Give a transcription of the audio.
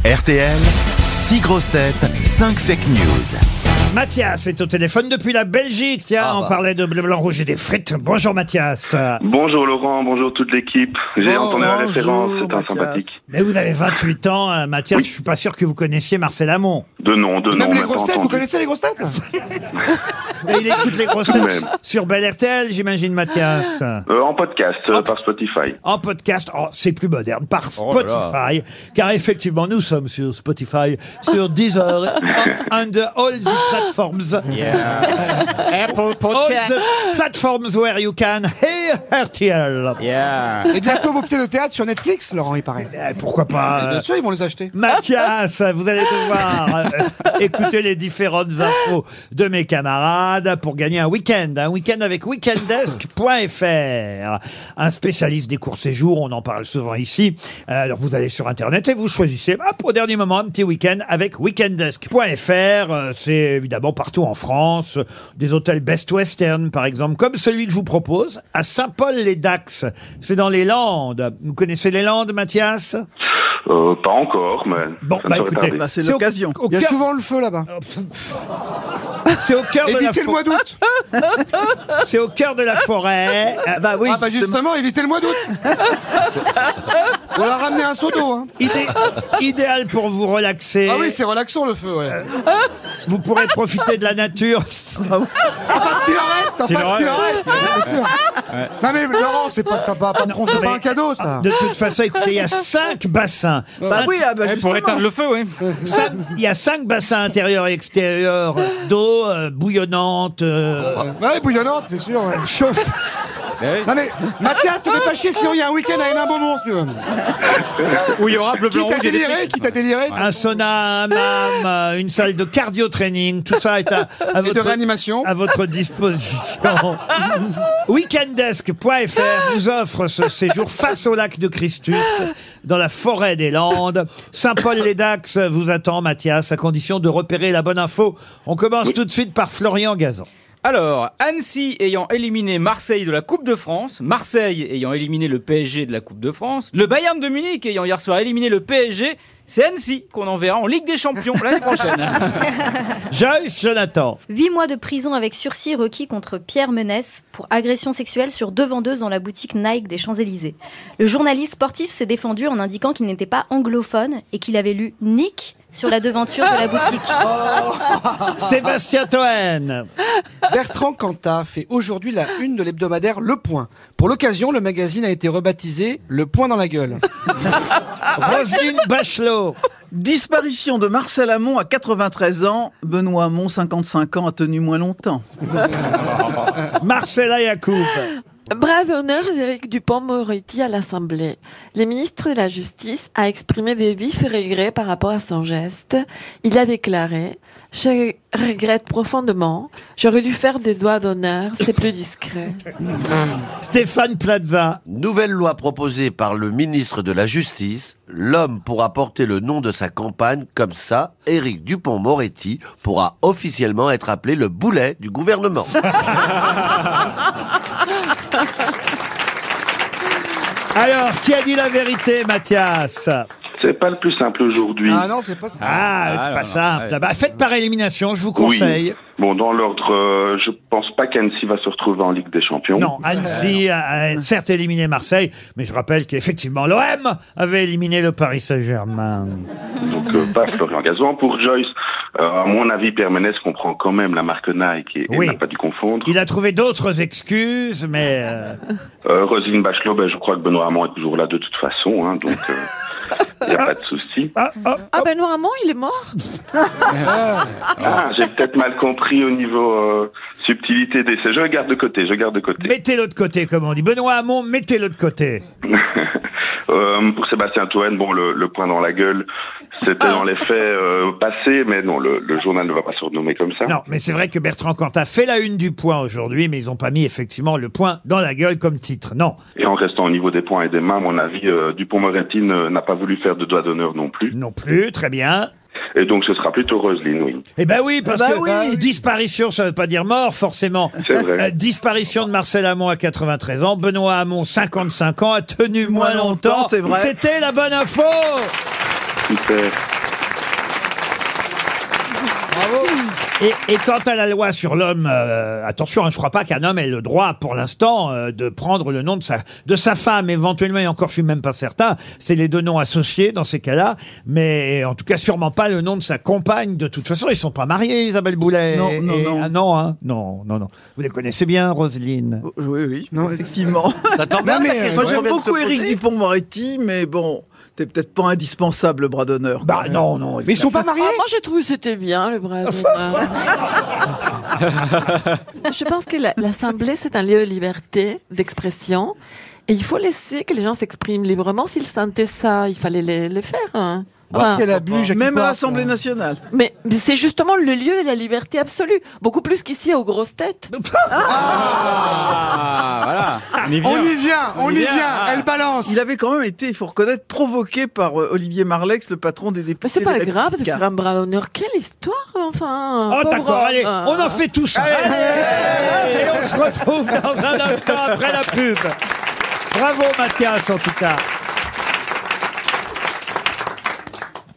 RTL, 6 grosses têtes, 5 fake news. Mathias est au téléphone depuis la Belgique. Tiens, on parlait de bleu, blanc, rouge et des frites. Bonjour Mathias. Bonjour Laurent, bonjour toute l'équipe. J'ai entendu la référence, c'est un sympathique. Mais vous avez 28 ans, Mathias. Oui. Je suis pas sûr que vous connaissiez Marcel Amont. De nom, Même les on m'a grosses pas têtes, vous entendu. connaissez les grosses têtes? Et il écoute les grosses Tout de têtes même. sur Bel RTL, j'imagine, Mathias. En podcast, par Spotify. En podcast, c'est plus moderne, par Spotify, car effectivement, nous sommes sur Spotify, sur Deezer, and all the platforms. Apple All Podcast. the platforms where you can hear RTL. Et bientôt vos pieds de théâtre sur Netflix, Laurent, il paraît. Pourquoi pas Bien sûr, ils vont les acheter. Mathias, vous allez devoir écouter les différentes infos de mes camarades pour gagner un week-end avec weekendesk.fr. Un spécialiste des courts séjours, on en parle souvent ici. Alors vous allez sur Internet et vous choisissez, au dernier moment, un petit week-end avec weekendesk.fr. C'est évidemment partout en France, des hôtels Best Western, par exemple, comme celui que je vous propose, à Saint-Paul-les-Dax. C'est dans les Landes. Vous connaissez les Landes, Mathias? Pas encore, mais Bon, ça me ferait écoutez, tarder. c'est l'occasion. Au Il y a cœur, souvent le feu là-bas. c'est au cœur de la Évitez le mois d'août. C'est au cœur de la forêt. Bah oui, Ah bah justement, évitez le mois d'août. On leur a ramené un seau d'eau. Hein. Idéal pour vous relaxer. Ah oui, c'est relaxant le feu, ouais. Vous pourrez profiter de la nature. Parce qu'il en reste, parce qu'il en reste, bien sûr. Non mais Laurent, c'est pas sympa, patron, c'est mais- pas un cadeau ça. De toute façon, écoutez, il y a 5 bassins. bah oui, Pour justement. éteindre le feu, oui. Il y a 5 bassins intérieurs et extérieurs d'eau bouillonnante, Ouais, bouillonnante, c'est sûr. Ouais. chauffe. Non mais Mathias, te fais pas chier sinon il y a un week-end à Hénin-Beaumont, si tu veux. Où il y aura bleu, Qui blanc, t'a rouge et des déliré, frites. qui t'a déliré. Un sauna, un hammam, une salle de cardio-training, tout ça est Et de réanimation. à votre disposition. Weekendesk.fr vous offre ce séjour face au lac de Christus, dans la forêt des Landes. Saint-Paul-les-Dax vous attend, Mathias, à condition de repérer la bonne info. On commence tout de suite par Florian Gazan. Alors, Annecy ayant éliminé Marseille de la Coupe de France, Marseille ayant éliminé le PSG de la Coupe de France, le Bayern de Munich ayant hier soir éliminé le PSG, c'est Annecy qu'on enverra en Ligue des Champions l'année prochaine. Joyce Jonathan. 8 mois de prison avec sursis requis contre Pierre Menès pour agression sexuelle sur 2 vendeuses dans la boutique Nike des Champs-Élysées. Le journaliste sportif s'est défendu en indiquant qu'il n'était pas anglophone et qu'il avait lu Nick sur la devanture de la boutique. Sébastien Toen. Bertrand Cantat fait aujourd'hui la une de l'hebdomadaire Le Point. Pour l'occasion, le magazine a été rebaptisé Le Point dans la gueule. Roselyne Bachelot. Disparition de Marcel Amont à 93 ans. Benoît Hamon, 55 ans, a tenu moins longtemps. Marcella Yacoub. Brave honneur d'Éric Dupond-Moretti à l'Assemblée. Le ministre de la Justice a exprimé des vifs regrets par rapport à son geste. Il a déclaré « Je regrette profondément. J'aurais dû faire des doigts d'honneur. C'est plus discret. » Stéphane Plaza. Nouvelle loi proposée par le ministre de la Justice. L'homme pourra porter le nom de sa campagne. Comme ça, Éric Dupond-Moretti pourra officiellement être appelé le boulet du gouvernement. Alors, qui a dit la vérité, Mathias? C'est pas le plus simple aujourd'hui. Ah non, c'est pas ça. C'est pas non, simple. ouais. Bah, faites par élimination, je vous conseille. Bon, dans l'ordre, je pense pas qu'Annecy va se retrouver en Ligue des Champions. Non, Annecy a certes éliminé Marseille, mais je rappelle qu'effectivement l'OM avait éliminé le Paris Saint-Germain. Donc pas Florian Gazan. Pour Joyce, à mon avis, Pierre Menès comprend quand même la marque Nike et Oui. n'a pas dû confondre. Il a trouvé d'autres excuses, mais Roselyne Bachelot, je crois que Benoît Hamon est toujours là de toute façon, hein, donc il n'y a pas de souci. Ah, Benoît Hamon, il est mort? Ah, j'ai peut-être mal compris au niveau subtilité d'essai. Je garde de côté. mettez-le de côté, comme on dit. Benoît Hamon, mettez-le de côté. Pour Sébastien Toen, bon, le point dans la gueule, c'était dans les faits passés, mais non, le journal ne va pas se renommer comme ça. Non, mais c'est vrai que Bertrand Cantat fait la une du Point aujourd'hui, mais ils n'ont pas mis effectivement le point dans la gueule comme titre. Non. Et en restant au niveau des points et des mains, à mon avis, Dupond-Moretti n'a pas voulu faire de doigt d'honneur non plus. Non plus, très bien. Et donc ce sera plutôt Roselyne, oui. Eh ben oui, parce que disparition, ça veut pas dire mort, forcément. C'est vrai. Disparition de Marcel Amont à 93 ans, Benoît Hamon, 55 ans, a tenu moins longtemps. C'est vrai. C'était la bonne info. Super. Bravo. Et quant à la loi sur l'homme, attention, je crois pas qu'un homme ait le droit, pour l'instant, de prendre le nom de sa femme, éventuellement, et encore, je suis même pas certain. C'est les deux noms associés dans ces cas-là, mais en tout cas, sûrement pas le nom de sa compagne. De toute façon, ils sont pas mariés, Isabelle Boulet. Non. Ah non, hein, non. Vous les connaissez bien, Roselyne. Oui, non, effectivement. Ça t'emmerde, la question Moi, qu'on j'aime vient de te beaucoup Éric poser Dupond-Moretti, mais bon, t'es peut-être pas indispensable, le bras d'honneur. Bah non. Mais ils sont pas mariés? Moi, j'ai trouvé que c'était bien, le bras d'honneur. Je pense que l'Assemblée, c'est un lieu de liberté d'expression. Et il faut laisser que les gens s'expriment librement. S'ils sentaient ça, il fallait les faire. Hein. Ah, quel abus, Jackie Même à Porte, l'Assemblée nationale. Mais c'est justement le lieu de la liberté absolue. Beaucoup plus qu'ici aux grosses têtes. Ah, voilà. On y vient. Elle balance. Il avait quand même été, il faut reconnaître, provoqué par Olivier Marleix, le patron des députés. Mais c'est pas Les grave de Républicains. faire un bras d'honneur. Quelle histoire, enfin. Oh, pauvre d'accord, allez, homme. on en fait tout ça. Et on se retrouve dans un instant après la pub. Bravo, Mathias, en tout cas.